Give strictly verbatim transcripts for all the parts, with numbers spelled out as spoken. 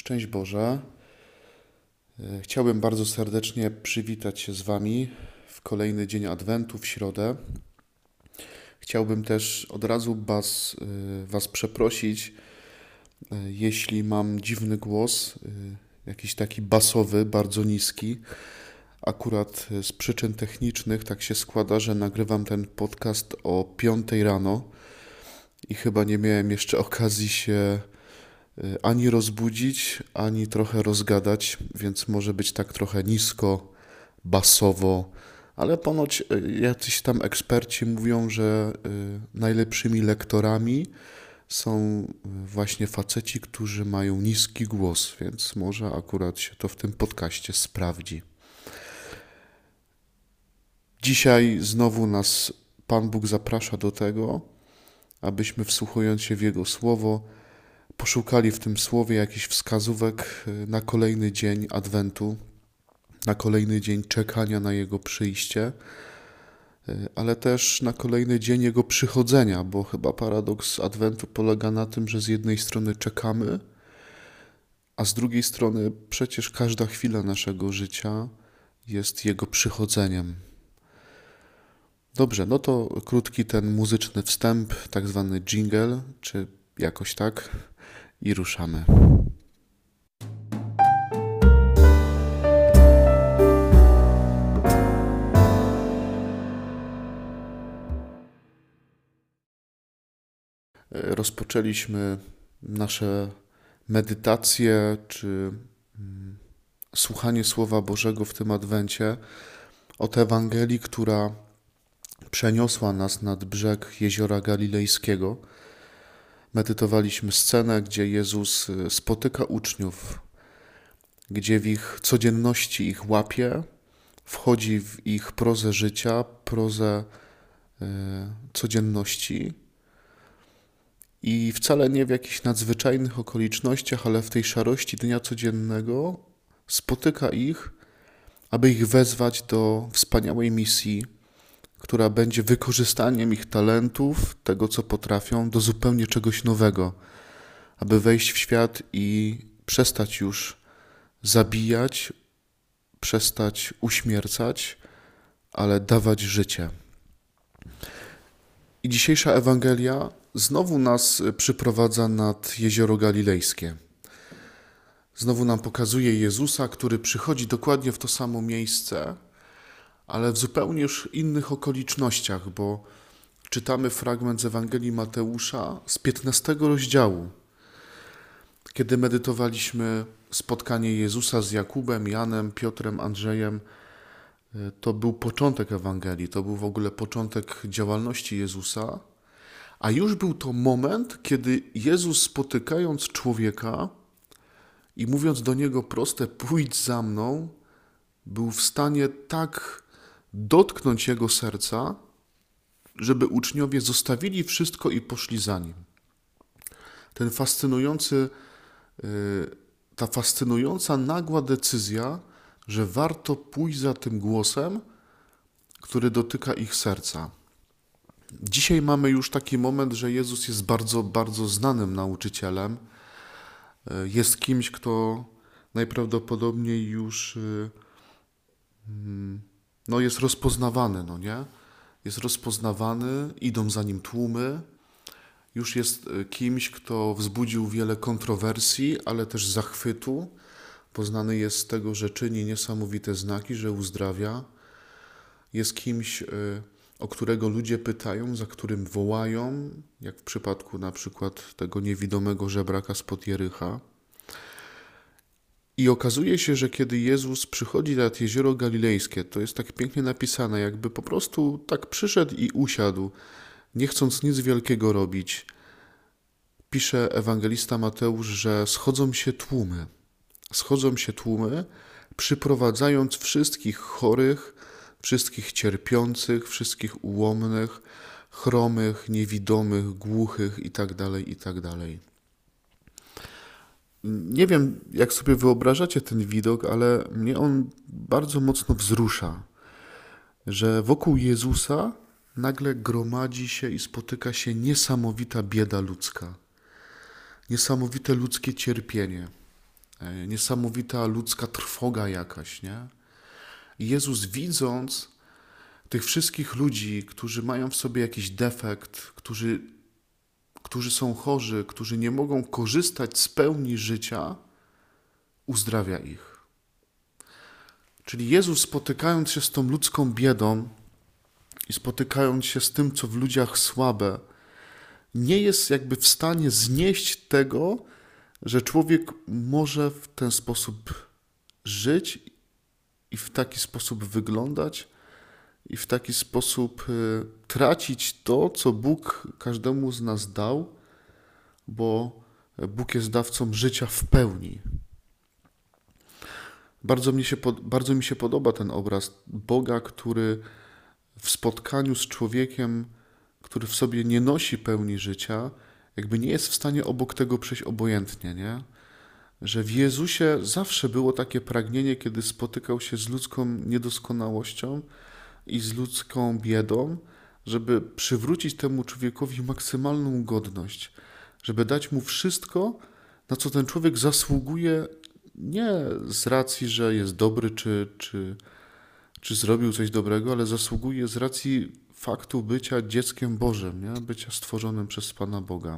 Szczęść Boże. E, Chciałbym bardzo serdecznie przywitać się z Wami w kolejny dzień Adwentu, w środę. Chciałbym też od razu was, e, was przeprosić, e, jeśli mam dziwny głos, e, jakiś taki basowy, bardzo niski. Akurat e, z przyczyn technicznych tak się składa, że nagrywam ten podcast o piątej rano i chyba nie miałem jeszcze okazji się ani rozbudzić, ani trochę rozgadać, więc może być tak trochę nisko, basowo, ale ponoć jacyś tam eksperci mówią, że najlepszymi lektorami są właśnie faceci, którzy mają niski głos, więc może akurat się to w tym podcaście sprawdzi. Dzisiaj znowu nas Pan Bóg zaprasza do tego, abyśmy wsłuchując się w Jego Słowo, poszukali w tym słowie jakichś wskazówek na kolejny dzień Adwentu, na kolejny dzień czekania na Jego przyjście, ale też na kolejny dzień Jego przychodzenia, bo chyba paradoks Adwentu polega na tym, że z jednej strony czekamy, a z drugiej strony przecież każda chwila naszego życia jest Jego przychodzeniem. Dobrze, no to krótki ten muzyczny wstęp, tak zwany jingle, czy jakoś tak, i ruszamy. Rozpoczęliśmy nasze medytacje czy mm, słuchanie Słowa Bożego w tym Adwencie od Ewangelii, która przeniosła nas nad brzeg Jeziora Galilejskiego. Medytowaliśmy scenę, gdzie Jezus spotyka uczniów, gdzie w ich codzienności ich łapie, wchodzi w ich prozę życia, prozę y, codzienności i wcale nie w jakichś nadzwyczajnych okolicznościach, ale w tej szarości dnia codziennego spotyka ich, aby ich wezwać do wspaniałej misji, która będzie wykorzystaniem ich talentów, tego co potrafią, do zupełnie czegoś nowego, aby wejść w świat i przestać już zabijać, przestać uśmiercać, ale dawać życie. I dzisiejsza Ewangelia znowu nas przyprowadza nad Jezioro Galilejskie. Znowu nam pokazuje Jezusa, który przychodzi dokładnie w to samo miejsce, ale w zupełnie już innych okolicznościach, bo czytamy fragment z Ewangelii Mateusza z piętnastego rozdziału, kiedy medytowaliśmy spotkanie Jezusa z Jakubem, Janem, Piotrem, Andrzejem. To był początek Ewangelii, to był w ogóle początek działalności Jezusa, a już był to moment, kiedy Jezus, spotykając człowieka i mówiąc do niego proste pójdź za mną, był w stanie tak dotknąć jego serca, żeby uczniowie zostawili wszystko i poszli za nim. Ten fascynujący, ta fascynująca, nagła decyzja, że warto pójść za tym głosem, który dotyka ich serca. Dzisiaj mamy już taki moment, że Jezus jest bardzo, bardzo znanym nauczycielem. Jest kimś, kto najprawdopodobniej już no, jest rozpoznawany, no nie? Jest rozpoznawany, idą za nim tłumy. Już jest kimś, kto wzbudził wiele kontrowersji, ale też zachwytu. Poznany jest z tego, że czyni niesamowite znaki, że uzdrawia. Jest kimś, o którego ludzie pytają, za którym wołają, jak w przypadku na przykład tego niewidomego żebraka spod Jericha. I okazuje się, że kiedy Jezus przychodzi nad Jezioro Galilejskie, to jest tak pięknie napisane, jakby po prostu tak przyszedł i usiadł, nie chcąc nic wielkiego robić. Pisze ewangelista Mateusz, że schodzą się tłumy. Schodzą się tłumy, przyprowadzając wszystkich chorych, wszystkich cierpiących, wszystkich ułomnych, chromych, niewidomych, głuchych itd., itd. Nie wiem, jak sobie wyobrażacie ten widok, ale mnie on bardzo mocno wzrusza, że wokół Jezusa nagle gromadzi się i spotyka się niesamowita bieda ludzka, niesamowite ludzkie cierpienie. niesamowita ludzka trwoga jakaś, nie? I Jezus, widząc tych wszystkich ludzi, którzy mają w sobie jakiś defekt, którzy, którzy są chorzy, którzy nie mogą korzystać z pełni życia, uzdrawia ich. Czyli Jezus, spotykając się z tą ludzką biedą i spotykając się z tym, co w ludziach słabe, nie jest jakby w stanie znieść tego, że człowiek może w ten sposób żyć i w taki sposób wyglądać i w taki sposób y, tracić to, co Bóg każdemu z nas dał, bo Bóg jest dawcą życia w pełni. Bardzo mi się, bardzo mi się podoba ten obraz Boga, który w spotkaniu z człowiekiem, który w sobie nie nosi pełni życia, jakby nie jest w stanie obok tego przejść obojętnie, nie? Że w Jezusie zawsze było takie pragnienie, kiedy spotykał się z ludzką niedoskonałością i z ludzką biedą, żeby przywrócić temu człowiekowi maksymalną godność, żeby dać mu wszystko, na co ten człowiek zasługuje, nie z racji, że jest dobry, czy, czy, czy zrobił coś dobrego, ale zasługuje z racji faktu bycia dzieckiem Bożym, nie? Bycia stworzonym przez Pana Boga.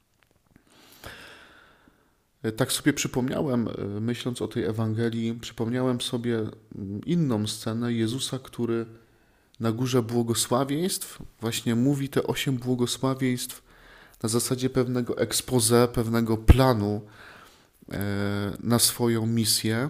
Tak sobie przypomniałem, myśląc o tej Ewangelii, przypomniałem sobie inną scenę Jezusa, który na górze błogosławieństw właśnie mówi te osiem błogosławieństw na zasadzie pewnego expose, pewnego planu na swoją misję.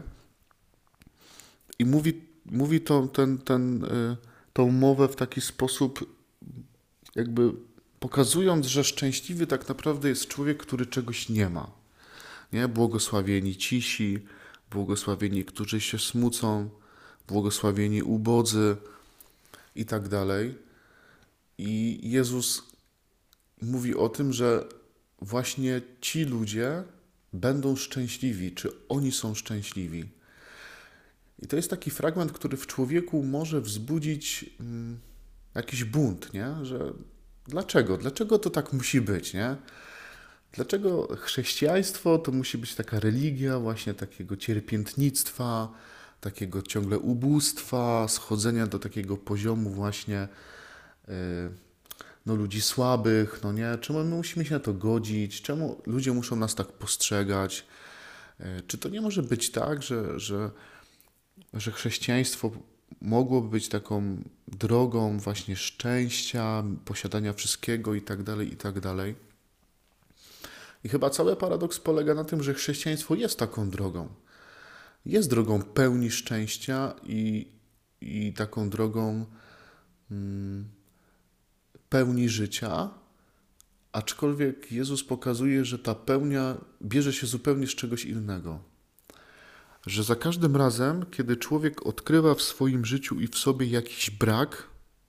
I mówi, mówi to, ten, ten, tą mowę w taki sposób, jakby pokazując, że szczęśliwy tak naprawdę jest człowiek, który czegoś nie ma. Nie? Błogosławieni cisi, błogosławieni, którzy się smucą, błogosławieni ubodzy i tak dalej. I Jezus mówi o tym, że właśnie ci ludzie będą szczęśliwi, czy oni są szczęśliwi. I to jest taki fragment, który w człowieku może wzbudzić mm, jakiś bunt, nie? Że dlaczego? Dlaczego to tak musi być, nie? Dlaczego chrześcijaństwo to musi być taka religia właśnie takiego cierpiętnictwa, takiego ciągle ubóstwa, schodzenia do takiego poziomu właśnie yy, no, ludzi słabych, no nie? Czemu my musimy się na to godzić? Czemu ludzie muszą nas tak postrzegać? Yy, czy to nie może być tak, że, że, że chrześcijaństwo mogłoby być taką drogą właśnie szczęścia, posiadania wszystkiego i tak dalej, i tak dalej? I chyba cały paradoks polega na tym, że chrześcijaństwo jest taką drogą. Jest drogą pełni szczęścia i, i taką drogą mm, pełni życia, aczkolwiek Jezus pokazuje, że ta pełnia bierze się zupełnie z czegoś innego. Że za każdym razem, kiedy człowiek odkrywa w swoim życiu i w sobie jakiś brak,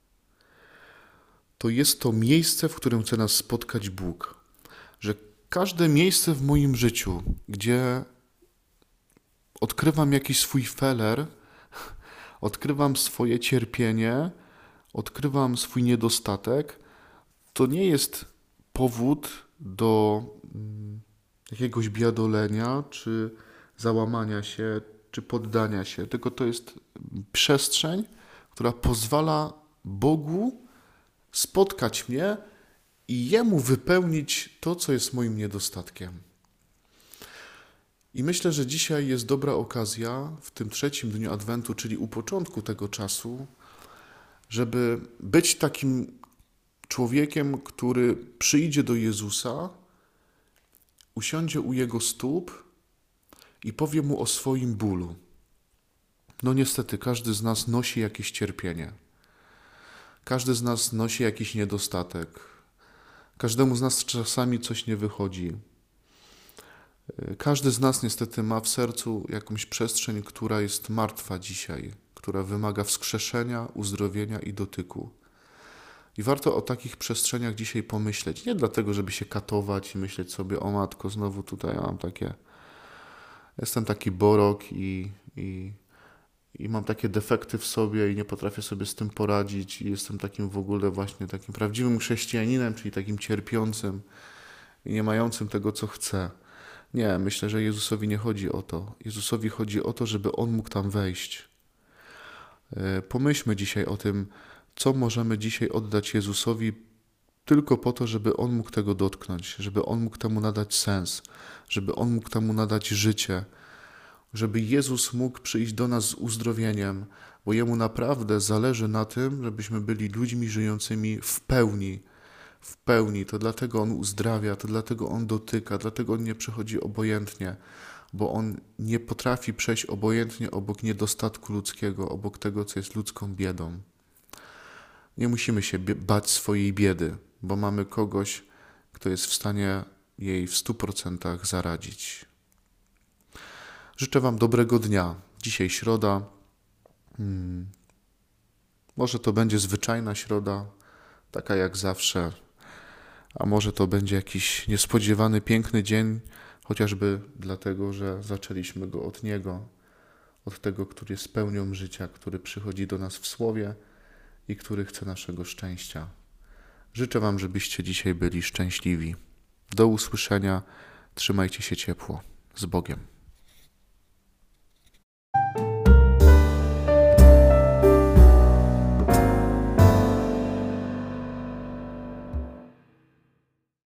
to jest to miejsce, w którym chce nas spotkać Bóg. Że każde miejsce w moim życiu, gdzie odkrywam jakiś swój feler, odkrywam swoje cierpienie, odkrywam swój niedostatek, to nie jest powód do jakiegoś biadolenia, czy załamania się, czy poddania się, tylko to jest przestrzeń, która pozwala Bogu spotkać mnie i Jemu wypełnić to, co jest moim niedostatkiem. I myślę, że dzisiaj jest dobra okazja w tym trzecim dniu Adwentu, czyli u początku tego czasu, żeby być takim człowiekiem, który przyjdzie do Jezusa, usiądzie u Jego stóp i powie Mu o swoim bólu. No niestety, każdy z nas nosi jakieś cierpienie. Każdy z nas nosi jakiś niedostatek. Każdemu z nas czasami coś nie wychodzi. Każdy z nas niestety ma w sercu jakąś przestrzeń, która jest martwa dzisiaj, która wymaga wskrzeszenia, uzdrowienia i dotyku. I warto o takich przestrzeniach dzisiaj pomyśleć. Nie dlatego, żeby się katować i myśleć sobie, o matko, znowu tutaj mam takie, jestem taki borok i, i, i mam takie defekty w sobie i nie potrafię sobie z tym poradzić i jestem takim w ogóle właśnie takim prawdziwym chrześcijaninem, czyli takim cierpiącym i nie mającym tego, co chcę. Nie, myślę, że Jezusowi nie chodzi o to. Jezusowi chodzi o to, żeby On mógł tam wejść. Pomyślmy dzisiaj o tym, co możemy dzisiaj oddać Jezusowi tylko po to, żeby On mógł tego dotknąć, żeby On mógł temu nadać sens, żeby On mógł temu nadać życie, żeby Jezus mógł przyjść do nas z uzdrowieniem, bo Jemu naprawdę zależy na tym, żebyśmy byli ludźmi żyjącymi w pełni, w pełni. To dlatego On uzdrawia, to dlatego On dotyka, dlatego On nie przechodzi obojętnie, bo On nie potrafi przejść obojętnie obok niedostatku ludzkiego, obok tego, co jest ludzką biedą. Nie musimy się bać swojej biedy, bo mamy kogoś, kto jest w stanie jej w stu procentach zaradzić. Życzę Wam dobrego dnia. Dzisiaj środa. Hmm. Może to będzie zwyczajna środa, taka jak zawsze, a może to będzie jakiś niespodziewany, piękny dzień, chociażby dlatego, że zaczęliśmy go od Niego, od tego, który jest pełnią życia, który przychodzi do nas w Słowie i który chce naszego szczęścia. Życzę Wam, żebyście dzisiaj byli szczęśliwi. Do usłyszenia. Trzymajcie się ciepło. Z Bogiem.